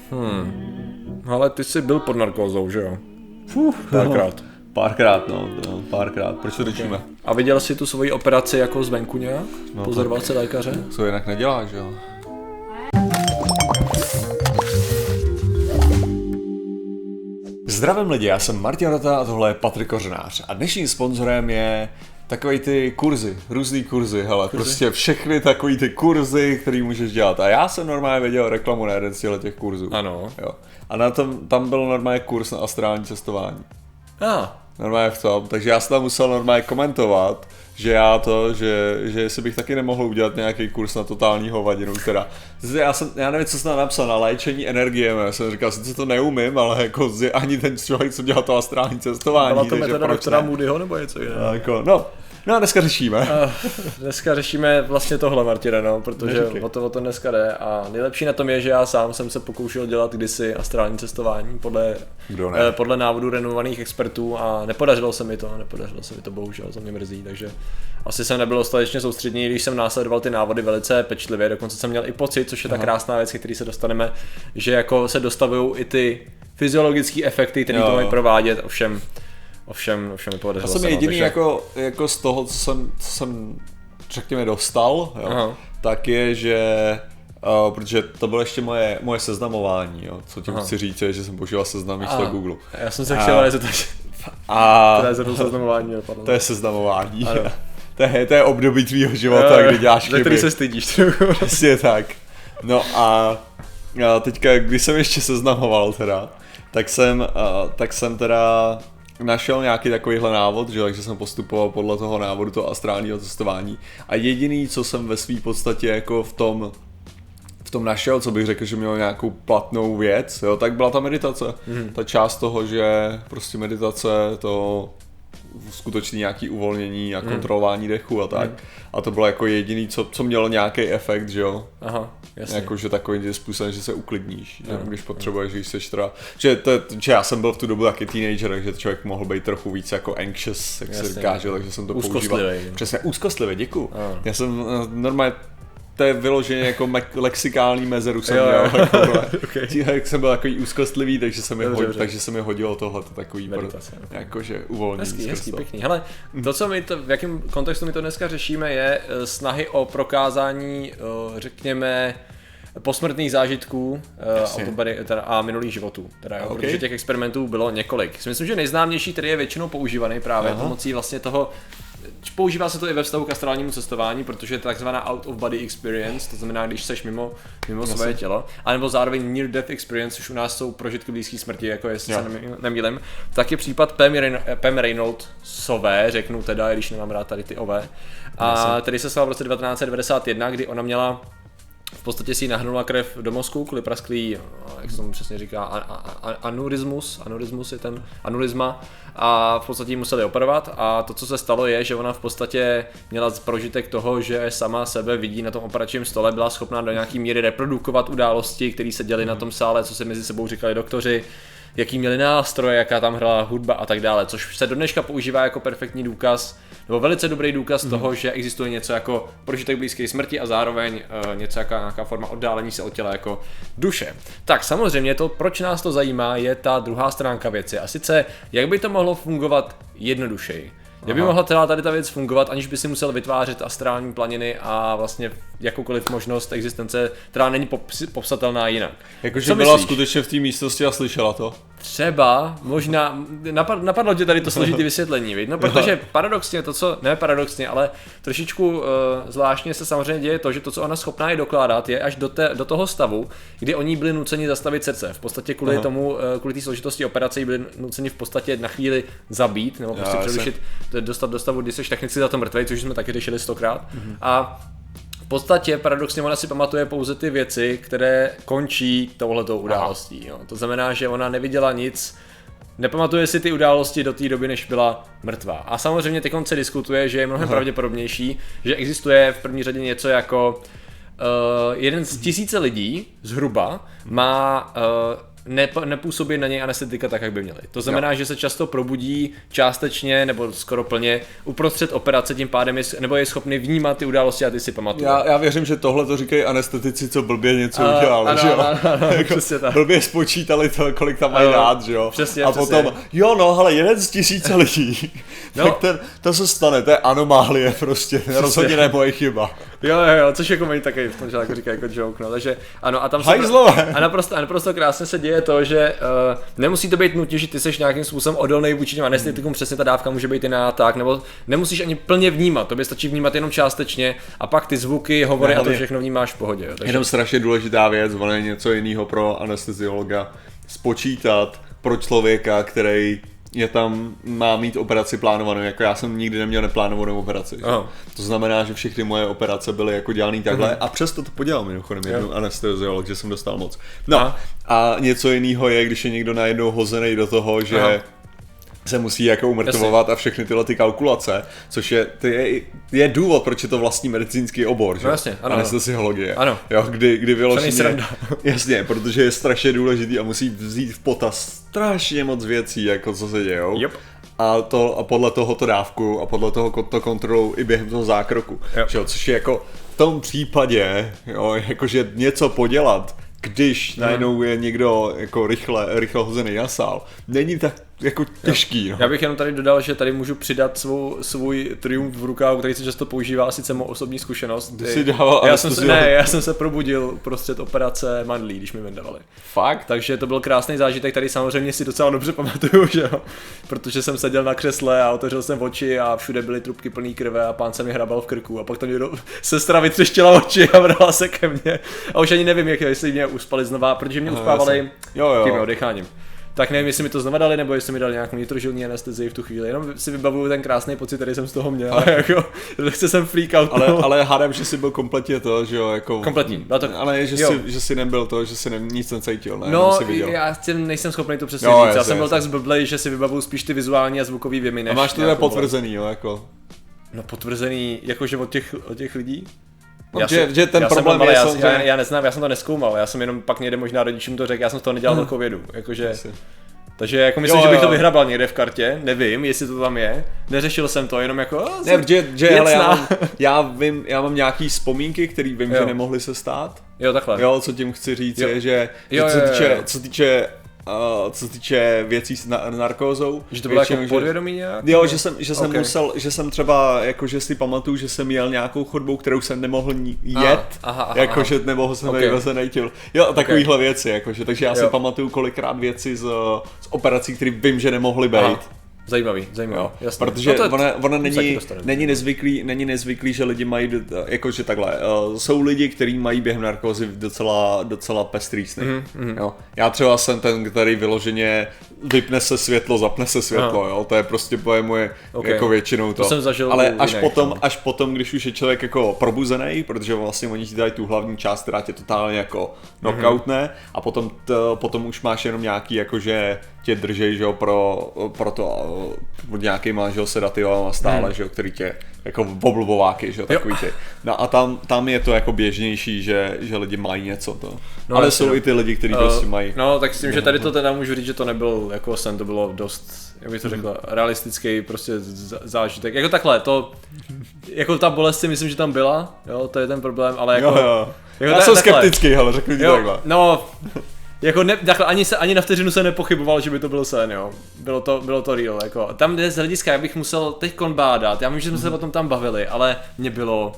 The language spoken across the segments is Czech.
Ale ty jsi byl pod narkózou, že jo? Párkrát. Párkrát. Proč to řečíme? A viděl jsi tu svoji operaci jako zvenku nějak? Pozoroval se lékaře? Co jinak neděláš, jo? Zdravím lidi, já jsem Martin Rota a tohle je Patrik Kořenář. A dnešním sponzorem je takový ty kurzy, různý kurzy, hele, prostě všechny takový ty kurzy, který můžeš dělat. A já jsem normálně viděl reklamu na jeden z těch kurzů. Ano. Jo. A na tom, tam byl normálně kurz na astrální cestování. Normálně v tom, takže já jsem tam musel normálně komentovat, že že jestli bych taky nemohl udělat nějaký kurz na totální hovadinu, teda. Já nevím, co jsem tam napsal, na léčení energie, já jsem říkal, sice to neumím, ale jako ani ten člověk, co dělal to astrální cestování. Byla to metoda doktora Moodyho nebo něco jiného? Jako, no a dneska řešíme. Dneska řešíme vlastně tohle, Martine, no, protože o to dneska jde a nejlepší na tom je, že já sám jsem se pokoušel dělat kdysi astrální cestování podle návodu renomovaných expertů a nepodařilo se mi to bohužel, to mě mrzí, takže asi jsem nebyl dostatečně soustředěný, když jsem následoval ty návody velice pečlivě, dokonce jsem měl i pocit, což je ta krásná věc, který se dostaneme, že jako se dostavují i ty fyziologické efekty, které to mají provádět, Ovšem mi podařilo. Já jsem jediný jako z toho, co jsem řekněme dostal, jo, tak je, že protože to bylo ještě moje seznamování, jo, co tím chci říct, je, že jsem používal seznam místo Google. Já jsem se chtěl říct, to seznamování. To je seznamování. To je období tvýho života, kdy děláš chyby. Za který se stydíš. Přesně tak. No a teďka, když jsem ještě seznamoval teda, tak jsem teda našel nějaký takovýhle návod, že, takže jsem postupoval podle toho návodu toho astrálního cestování a jediný, co jsem ve své podstatě jako v tom našel, co bych řekl, že měl nějakou platnou věc, jo, tak byla ta meditace. Ta část toho, že prostě meditace, to skutečně nějaký uvolnění a kontrolování dechu a tak. A to bylo jako jediný, co mělo nějaký efekt, že jo. Aha, jasně. Jakože takovým způsobem, že se uklidníš, že když potřebuješ, když seš teda, že já jsem byl v tu dobu taky teenager, takže člověk mohl být trochu víc jako anxious, jak se říká, že, takže jsem to používal. Přesně, úzkostlivý, děkuju. Já jsem normálně, to je vyloženě jako lexikální mezeru jsem měl, jak jsem byl takový úzkostlivý, takže se mi hodilo tohle takový jakože uvolnění. Hezký, pěkný. Hele, v jakém kontextu my to dneska řešíme je snahy o prokázání, řekněme, posmrtných zážitků a minulých životů. Protože těch experimentů bylo několik. Myslím, že nejznámější, který je většinou používaný právě pomocí vlastně toho. Používá se to i ve vztahu k astrálnímu cestování, protože je to takzvaná out of body experience, to znamená, když seš mimo svoje tělo, anebo zároveň near death experience, což u nás jsou prožitky blízké smrti, jako jestli se nemýlím, tak je případ Pam Reynoldsové, řeknu teda, když nemám rád tady ty ové, a tady se stalo v roce 1991, kdy ona měla v podstatě si nahrnula krev do mozku kvůli prasklý, jak se tomu přesně říká, anurismus je ten anurisma a v podstatě ji museli operovat a to, co se stalo je, že ona v podstatě měla prožitek toho, že sama sebe vidí na tom operačním stole, byla schopná do nějaký míry reprodukovat události, které se děly na tom sále, co si mezi sebou říkali doktoři, jaký měli nástroje, jaká tam hrála hudba a tak dále, což se do dneška používá jako perfektní důkaz, nebo velice dobrý důkaz toho, že existuje něco jako prožitek blízké smrti a zároveň něco jako nějaká forma oddálení se od těla jako duše. Tak samozřejmě to, proč nás to zajímá, je ta druhá stránka věci a sice, jak by to mohlo fungovat jednodušeji. Jak by mohla tady ta věc fungovat, aniž by si musel vytvářet astrální planiny a vlastně jakoukoliv možnost existence, která není popsatelná jinak. Jakože byla skutečně v té místnosti a slyšela to? Třeba, možná, napadlo tě tady to složitý vysvětlení, viď? No protože paradoxně ale trošičku zvláštně se samozřejmě děje to, že to, co ona schopná je dokládat, je až do toho stavu, kdy oni byli nuceni zastavit srdce. V podstatě kvůli té složitosti operace byli nuceni v podstatě na chvíli zabít, nebo prostě přerušit, dostat do stavu, kdy jsi technicky za to mrtvej, což jsme taky řešili 100krát. A v podstatě paradoxně ona si pamatuje pouze ty věci, které končí touhletou událostí. Jo. To znamená, že ona neviděla nic, nepamatuje si ty události do té doby, než byla mrtvá. A samozřejmě teď se diskutuje, že je mnohem pravděpodobnější, že existuje v první řadě něco jako jeden z 1000 lidí zhruba má nepůsobí na něj anestetika tak, jak by měly. To znamená, že se často probudí částečně nebo skoro plně uprostřed operace, tím pádem je schopný vnímat ty události a ty si pamatuje. Já věřím, že tohle to říkají anestetici, co blbě něco udělali, že jo? Blbě spočítali to, kolik tam mají dát, že jo? Přesně, a potom, jo no, hele, 1 z 1000 lidí, tak to se stane, to je anomálie prostě, rozhodně ne moje chyba. Jo, což jako mají taky v tom, že tak říkají jako joke, no, takže ano, a tam se naprosto krásně se děje to, že nemusí to být nutně, že ty seš nějakým způsobem odolnej vůči těm anestetikům, přesně ta dávka může být i na tak, nebo nemusíš ani plně vnímat, tobě stačí vnímat jenom částečně a pak ty zvuky, hovory a to všechno vnímáš v pohodě. Jo, takže... Jenom strašně důležitá věc, ono je něco jiného pro anesteziologa, spočítat pro člověka, který je tam, má mít operaci plánovanou, jako já jsem nikdy neměl neplánovanou operaci. To znamená, že všechny moje operace byly jako dělaný takhle a přesto to podělal mimochodem jednou anesteziolog, že jsem dostal moc. No a něco jiného je, když je někdo najednou hozený do toho, že se musí jako umrtvovat a všechny tyhle ty kalkulace, což je důvod, proč je to vlastní medicínský obor, že? No jasně, ano. Anesteziologie. Ano. Jo, kdy vyloženě, jasně, protože je strašně důležitý a musí vzít v potaz strašně moc věcí, jako co se dějou. Yep. A podle toho to dávku a podle toho to kontrolou i během toho zákroku. Že? Což je jako v tom případě, jo, jakože něco podělat, když najednou je někdo jako rychle hozený na sál, není tak jako těžký. No. Já bych jenom tady dodal, že tady můžu přidat svůj triumf v rukávu, který se často používá, a sice mou osobní zkušenost. Já jsem se probudil prostřed operace mandlí, když mi vendavali. Fakt? Takže to byl krásný zážitek, tady samozřejmě si docela dobře pamatuju, že jo? Protože jsem seděl na křesle a otevřel jsem oči a všude byly trubky plný krve a pán se mi hrabal v krku a pak tam někdo sestra vytřeštila oči a vrala se ke mně. A už ani nevím, jestli mě uspali znova, protože mě uspávali tím odecháním. Tak nevím, jestli mi to znova dali, nebo jestli mi dali nějakou nitrožilní anestezii v tu chvíli. Jenom si vybavuju ten krásný pocit, který jsem z toho měl. Jako, chce jsem freak out. Ale hádám, že jsi byl kompletně to, že jo, jako... Kompletní. Ale že jsi nebyl to, že jsi nic necítil, ne? No, já nejsem schopný to přesně říct. Já jsem byl tak zblblej, že si vybavuju spíš ty vizuální a zvukový věmy. A máš to teda potvrzený, jo, jako... No potvrzený, jakože od těch lidí? Že ten problém je samozřejmě... Já neznám, já jsem to nezkoumal, já jsem jenom pak někde možná rodičům to řekl, já jsem z toho nedělal velkou vědu, jakože... Takže jako myslím, že bych to vyhrabal někde v kartě, nevím, jestli to tam je, neřešil jsem to, jenom jako... já mám nějaký vzpomínky, které vím, že nemohly se stát. Jo, takhle. Jo, co tím chci říct je, že co se týče věcí s narkózou. Že to bylo jako podvědomí nějak? Jo, že jsem třeba, jakože si pamatuju, že jsem jel nějakou chodbou, kterou jsem nemohl jet, jakože nemohl jsem vyvezenej těl. Jo, takovýhle věci, jakože, takže já si pamatuju kolikrát věci z operací, které vím, že nemohly být. Zajímavý, jasný. Protože ona není nezvyklý, že lidi mají, jakože takhle, jsou lidi, kteří mají během narkózy docela pestrý sny. Jo. Já třeba jsem ten, který vyloženě vypne se světlo, zapne se světlo, jo, to je prostě moje jako většinou to. Jsem zažil ale až potom, když už je člověk jako probuzený, protože vlastně oni ti dají tu hlavní část, která tě totálně jako knockoutne a potom už máš jenom nějaký jakože tě držej, že jo, pro to od nějakýma, že jo, sedativama stále, že jo, který tě jako oblbováky, že jo, takový ty. No a tam je to jako běžnější, že lidi mají něco to. No, ale jsou i ty lidi, kteří prostě mají. No, tak s tím, že tady to teda můžu říct, že to nebyl jako sen, to bylo dost, jak bych to řekl, realistický prostě zážitek. Jako takhle, to, jako ta bolest si myslím, že tam byla, jo, to je ten problém, ale jako... Jo. Jako já jsem skeptický, hele, řeknu ti takhle. No, jako takhle, ani na vteřinu se nepochyboval, že by to byl sen, jo. Bylo to real, jako. Tam jde z hlediska, jak bych musel teďkon bádat, já vím, že jsme se o tom tam bavili, ale mě bylo,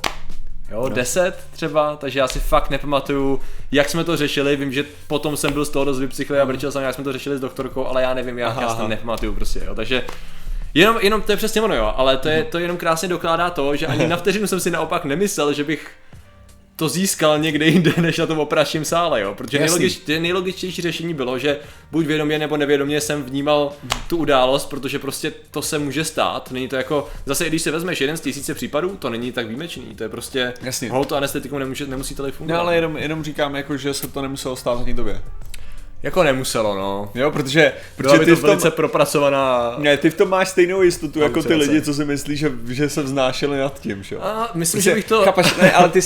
10 třeba, takže já si fakt nepamatuju, jak jsme to řešili, vím, že potom jsem byl z toho dost vypsychlý a brčel jsem, jak jsme to řešili s doktorkou, ale já nevím, já si tam nepamatuju prostě, jo, takže jenom to je přesně ono, jo, ale to jenom krásně dokládá to, že ani na vteřinu jsem si naopak nemyslel, že bych to získal někde jinde než na tom operačním sále, jo, protože nejlogičtější řešení bylo, že buď vědomě nebo nevědomě jsem vnímal tu událost, protože prostě to se může stát, není to jako, zase když si vezmeš 1 z 1000 případů, to není tak výjimečný, to je prostě, to anestetikum nemusí tady fungovat. No ale jenom říkám, jako, že se to nemuselo stát ani tobě. Jako nemuselo, no. Jo, protože ty to velice propracovaná... Ne, ty v tom máš stejnou jistotu jako ty lidi, co si myslí, že se vznášeli nad tím, že? A myslím, že bych to... Chápaš, ne, ale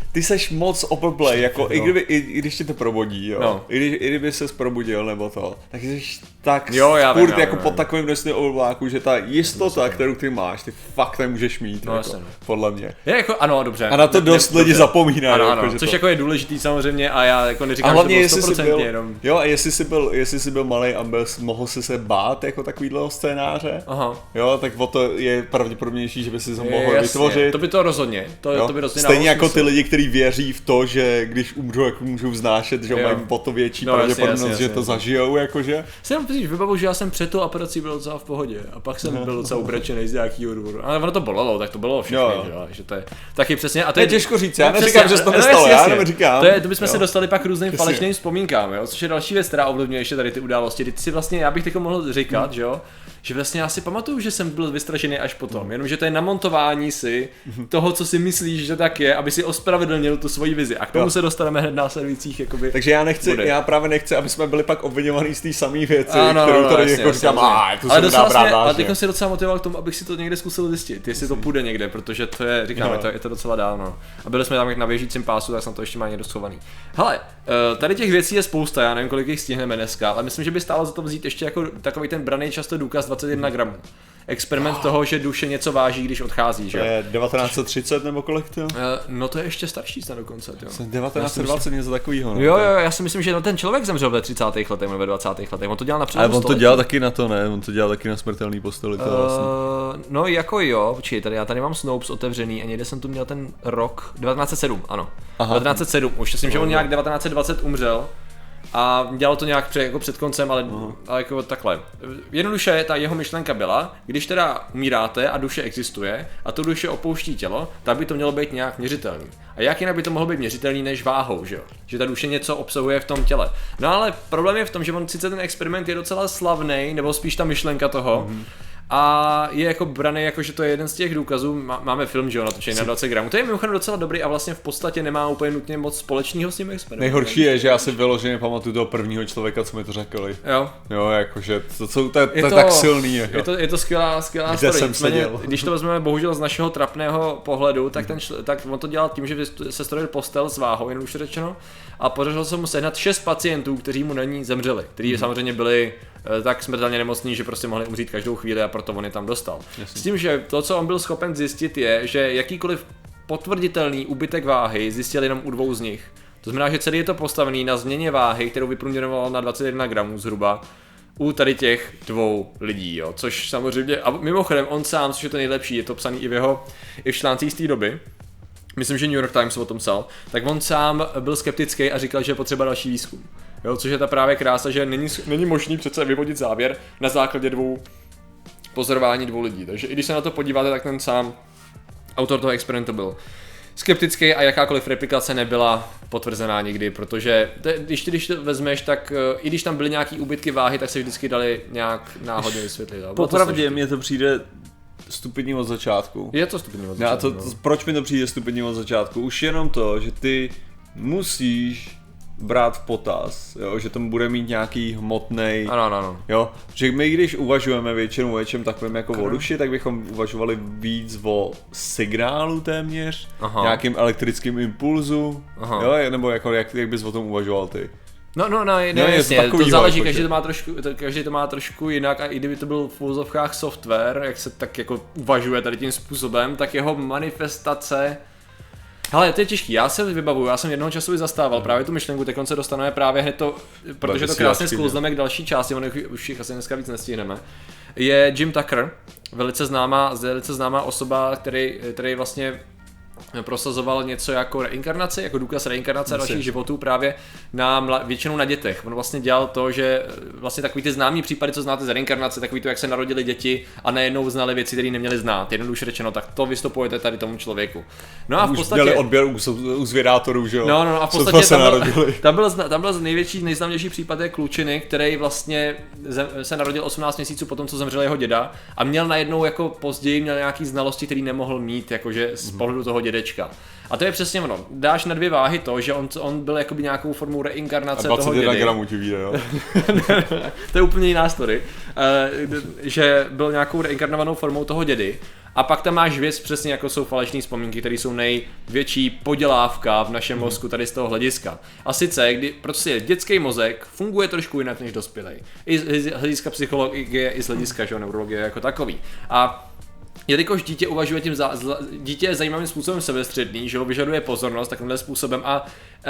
ty seš moc oblblej, jako i když tě to probudí, jo. No. I kdyby ses probudil nebo to, tak jsi tak já furt vím, jako pod takovým množstvím oblbláků, že ta jistota, kterou ty máš, ty fakt nemůžeš mít, no, jako, podle mě. Je jako, ano, dobře. A na to dost lidi zapomíná. Ano, jako, což to... jako je důležitý samozřejmě a já jako neříkám, a hlavně, že to bylo 100% jenom. Jo, a jestli jsi byl malej a mohl jsi se bát jako takovýhle scénáře, jo, tak o to je pravděpodobnější, že by si to mohl vytvořit. To by to rozhodně, to by rozhodně stejně jako ty lidi, kteří věří v to, že když umřou, jako můžou vznášet, že mají po to větší pravděpodobnost, že to zažijou, jakože. Si jenom vybavu, že já jsem před tou operací byl docela v pohodě a pak jsem byl docela ubrečený z nějakého důvodu. Ale ono to bolelo, tak to bylo všechno, že to je taky přesně. A to je těžko říct, já neříkám, že to nestalo, já jenom říkám. To bychom se dostali pak různým falešným vzpomínkám, jo, což je další věc, která ovlivňuje ještě tady ty události. Ty si vlastně, já bych teď mohl říkat, že vlastně já si pamatuju, že jsem byl vystrašený až potom, jenomže to je namontování si toho, co si myslíš, že tak je, aby si ospravedlnil tu svoji vizi. A k tomu se dostaneme hned následujících jakoby. Takže já právě nechci, aby jsme byli pak obviňovaní z té samé věci, kterou tady jako říkám, to se dá brát vážně. Ale teď jsem si docela motivoval k tomu, abych si to někde zkusil zjistit, jestli to půjde někde, protože to je, říkáme, je to docela dávno. A byli jsme tam jak na běžícím pásu, tak jsem to ještě má někdo schovaný. Hele, tady těch věcí je spousta, já nevím, kolik jich stihneme dneska, ale myslím, že by stálo za to vzít ještě jako takový ten braný často důkaz 21 gramů. Experiment toho, že duše něco váží, když odchází, že? To je 1930 nebo kolik to? No to je ještě starší snad dokonce, jo. 1920 něco takového. Jo, já si myslím, že ten člověk zemřel ve 30. letech nebo ve 20. letech. On to dělal na přelomu století. Ale on to dělal taky na to, ne? On to dělal taky na smrtelný posteli, to vlastně. No jako jo, počkej, já tady mám Snopes otevřený a někde jsem tu měl ten rok 1907, ano. Aha. 1907, už myslím, že on nějak 1920 umřel. A dělal to nějak před koncem, ale jako takhle. Jednoduše ta jeho myšlenka byla, když teda umíráte a duše existuje a to duše opouští tělo, tak by to mělo být nějak měřitelný. A jak jinak by to mohlo být měřitelný než váhou, že jo? Že ta duše něco obsahuje v tom těle. No ale problém je v tom, že on sice ten experiment je docela slavný, nebo spíš ta myšlenka toho, a je jako braný, jako že to je jeden z těch důkazů, máme film, že jo, natočený na 20 gramů. To je mimochodem docela dobrý a vlastně v podstatě nemá úplně nutně moc společného s tím experimentem. Nejhorší je, že já si vyloženě pamatuju toho prvního člověka, co mi to řekli. Jo, jakože to je tak silný. Jako. Je to skvělá story. Když to vezmeme bohužel z našeho trapného pohledu, tak tak on to dělal tím, že se strojil postel s váhou, jen už řečeno, a podařilo se mu sehnat 6 pacientů, kteří mu na ní zemřeli, kteří samozřejmě byli tak smrtelně nemocní, že prostě mohli umřít každou chvíli a proto on je tam dostal. Jasně. S tím, že to, co on byl schopen zjistit, je, že jakýkoliv potvrditelný úbytek váhy zjistil jenom u 2 z nich. To znamená, že celý je to postavený na změně váhy, kterou vyprůměroval na 21 gramů zhruba u tady těch 2 lidí, jo. Což samozřejmě, a mimochodem on sám, což je to nejlepší, je to psaný i v článcích z té doby, myslím, že New York Times o tom psal, tak on sám byl skeptický a říkal, že je potřeba další výzkum. Jo, což je ta právě krása, že není možný přece vyvodit závěr na základě 2 pozorování 2 lidí. Takže i když se na to podíváte, tak ten sám autor toho experimentu byl skeptický a jakákoliv replikace nebyla potvrzená nikdy, protože když to vezmeš, tak i když tam byly nějaký úbytky váhy, tak se vždycky dali nějak náhodně vysvětlit. Popravdě mně to přijde stupidní od začátku. Je to stupidní od začátku. Proč mi to přijde stupidní od začátku? Už jenom to, že ty musíš brát v potaz, jo, že tomu bude mít nějaký hmotnej, ano. Jo, že my když uvažujeme většinou o něčem takovým jako o duši, tak bychom uvažovali víc o signálu téměř, nějakým elektrickým impulzu, jo, nebo jako jak bys o tom uvažoval ty? No, jasně, to záleží, každý to má trošku jinak a i kdyby to byl v uvozovkách software, jak se tak jako uvažuje tady tím způsobem, tak jeho manifestace. Hele, to je těžký, já se vybavuju, já jsem jednoho času i zastával právě tu myšlenku, teď se dostaneme právě hned to, protože to krásně sklouzneme k další části, už jich asi dneska víc nestihneme. Je Jim Tucker, velice známá osoba, který vlastně prosazoval něco jako reinkarnaci, jako důkaz reinkarnace dalších životů právě většinou na dětech. On vlastně dělal to, že vlastně takový ty známý případy, co znáte z reinkarnace, takový to, jak se narodili děti a najednou znali věci, které neměli znát. Jednoduše řečeno, tak to vystupujete tady tomu člověku. No a v podstatě měli odběr u zvědátorů, že jo? No a v podstatě tam byl nejznámější případ je klučiny, který vlastně se narodil 18 měsíců potom, co zemřel jeho děda a měl najednou jako později nějaký znalosti, který nemohl mít, jakože z pohledu toho dědečka. A to je přesně ono. Dáš na 2 váhy to, že on byl jakoby nějakou formou reinkarnace toho dědy. 21 gramů ti vyjde, jo? To je úplně jiná story. Že byl nějakou reinkarnovanou formou toho dědy A pak tam máš věc přesně jako jsou falešné vzpomínky, které jsou největší podělávka v našem mozku tady z toho hlediska. A sice, kdy prostě dětský mozek funguje trošku jinak než dospělý. I z hlediska psychologie, i z hlediska neurologie jako takový. A jelikož dítě uvažuje dítě je zajímavým způsobem sebestředný, že ho vyžaduje pozornost takovýmhle způsobem a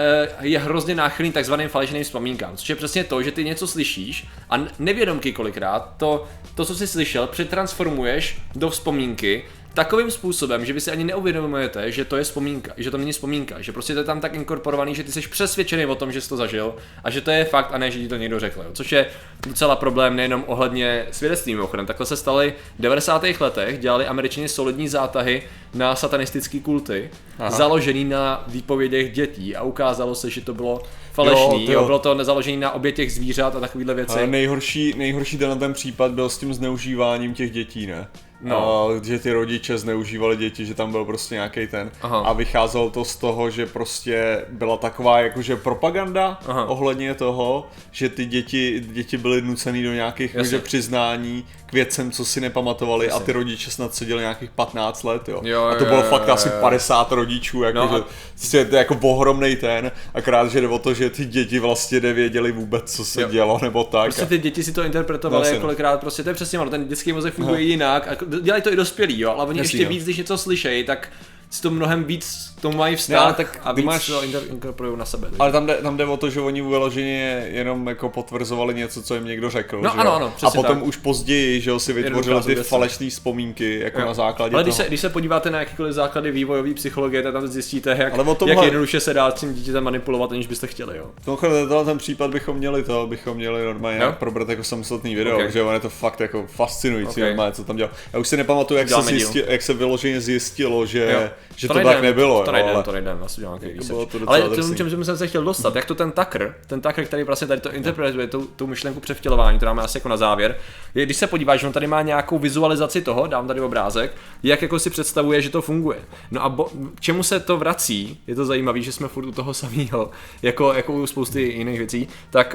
je hrozně náchylný takzvaným falešným vzpomínkám, což je přesně to, že ty něco slyšíš a nevědomky kolikrát to, co jsi slyšel, přetransformuješ do vzpomínky takovým způsobem, že vy si ani neuvědomujete, že to je vzpomínka, že to není vzpomínka, že prostě to je tam tak inkorporovaný, že ty jsi přesvědčený o tom, že jsi to zažil a že to je fakt a ne, že ti to někdo řekl, jo. Což je docela problém nejenom ohledně svědectví mimochodem. Takhle se staly v 90. letech, dělali Američané solidní zátahy na satanistické kulty, založený na výpovědích dětí a ukázalo se, že to bylo falešný, jo, bylo to nezaložený na obětech zvířat a takovýhle věci. Ale nejhorší ten případ byl s tím zneužíváním těch dětí, ne? No. Že ty rodiče zneužívali děti, že tam byl prostě nějaký ten. Aha. A vycházelo to z toho, že prostě byla taková jakože propaganda ohledně toho, že ty děti byly nucený do nějakých přiznání k věcem, co si nepamatovali. Jasně. A ty rodiče snad seděli nějakých 15 let, jo. A to bylo fakt asi 50 rodičů, jako, že to je jako ohromnej ten, akorát, že jde o to, že ty děti vlastně nevěděli vůbec, co se dělo, nebo tak. Prostě ty děti si to interpretovaly kolikrát, prostě to je přesně ono, ten dětský mozek funguje jinak a dělají to i dospělí, jo, ale oni ještě víc, když něco slyšejí, tak si to mnohem víc tomu mají vztah a víc to inkorporují na sebe. Ale tam jde o to, že oni vyloženě jenom jako potvrzovali něco, co jim někdo řekl, no, že ano, a potom tak. Už později, že si vytvořili ty falešné vzpomínky jako na základě ale toho. Když se podíváte na jakýkoliv základy vývojové psychologie, tak tam zjistíte, jak jednoduše se dá s tím dítětem manipulovat, aniž byste chtěli, jo. Ten případ bychom měli normálně probrat jako samostatný video, že on je to fakt jako fascinující, co tam dělal. Já už si nepamatuju, jak se vyloženě zjistilo, že to tak nebylo. To nejde, vlastně nějaký research. Ale čemu jsem se chtěl dostat, jak to ten Tucker, který vlastně tady to interpretuje, tu myšlenku převtělování, která má asi jako na závěr, je, když se podíváš, že on tady má nějakou vizualizaci toho, dám tady obrázek, jak jako si představuje, že to funguje. No a k čemu se to vrací, je to zajímavé, že jsme furt u toho samého, jako u spousty jiných věcí, tak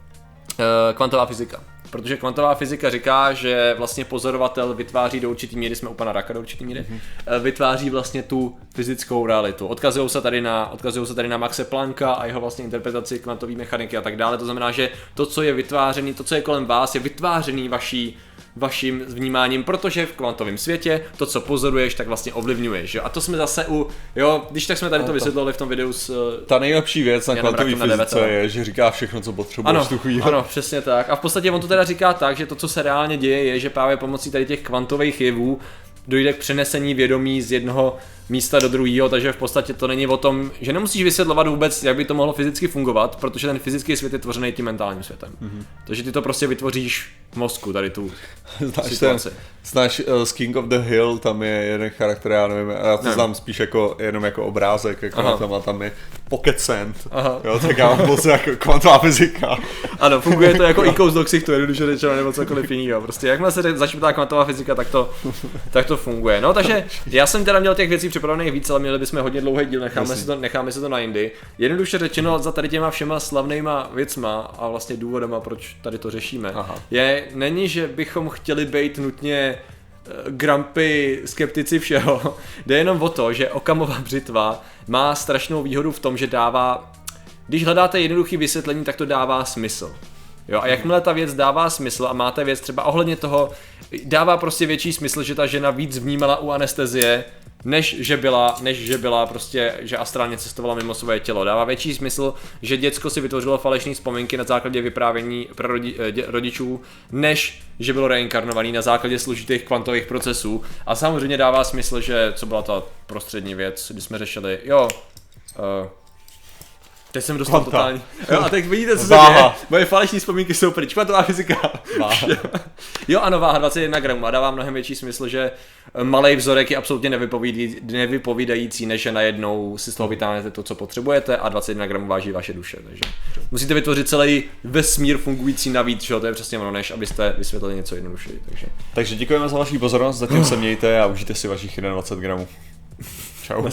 kvantová fyzika. Protože kvantová fyzika říká, že vlastně pozorovatel vytváří do určitý míry, jsme u pana Raka do určitý míry, vytváří vlastně tu fyzickou realitu. Odkazují se tady na Maxe Plancka a jeho vlastně interpretaci kvantové mechaniky a tak dále. To znamená, že to, co je vytvářený, to, co je kolem vás, je vytvářený vaším vnímáním, protože v kvantovém světě to, co pozoruješ, tak vlastně ovlivňuješ. Jo? A to jsme zase když tak jsme tady to vysvětlili v tom videu ta nejlepší věc na kvantové fyzice je, že říká všechno, co potřebuješ v tu chvíli. Ano, přesně tak. A v podstatě on to teda říká tak, že to, co se reálně děje, je, že právě pomocí tady těch kvantových jevů dojde k přenesení vědomí z jednoho místa do druhého, takže v podstatě to není o tom, že nemusíš vysvětlovat vůbec, jak by to mohlo fyzicky fungovat, protože ten fyzický svět je tvořený tím mentálním světem. Takže ty to prostě vytvoříš v mozku, tady tu situaci. Znáš z King of the Hill, tam je jeden charakter, já nevím, já to znám spíš jenom jako obrázek, jako tam je Pocket Sand, jo, tak já mám moc jako kvantová fyzika. Ano, funguje to jako ikous do ksichtu, jednoduše řečeno, nebo cokoliv jiného. Prostě jakmile se začne ta kvantová fyzika, tak to funguje. No, takže já jsem teda měl těch věcí připravených víc, ale měli bychom hodně dlouhý díl, necháme si to na jindy. Jednoduše řečeno, za tady těma všema slavnýma věcma a vlastně důvodama, proč tady to řešíme, není, že bychom chtěli být nutně grumpy, skeptici všeho. Jde jenom o to, že Occamova břitva má strašnou výhodu v tom, že když hledáte jednoduchý vysvětlení, tak to dává smysl. Jo, a jakmile ta věc dává smysl a máte věc třeba ohledně toho, dává prostě větší smysl, že ta žena víc vnímala u anestezie, než že byla prostě, že astrálně cestovala mimo své tělo. Dává větší smysl, že děcko si vytvořilo falešné vzpomínky na základě vyprávění rodičů, než že bylo reinkarnovaný na základě složitých kvantových procesů. A samozřejmě dává smysl, že co byla ta prostřední věc, kdy jsme řešili, teď jsem dostal totální. Jo, a teď vidíte, co se děje. Moje falešní vzpomínky jsou pryč. Kvantová fyzika. Jo, ano, váha 21 gramů a dává mnohem větší smysl, že malej vzorek je absolutně nevypovídající, než že najednou si z toho vytáhnete to, co potřebujete a 21 gramů váží vaše duše. Takže musíte vytvořit celý vesmír fungující navíc, že? To je přesně ono, než abyste vysvětlili něco jednodušeji. Takže děkujeme za vaši pozornost, zatím se mějte a užijte si vašich 21 gramů. Čau.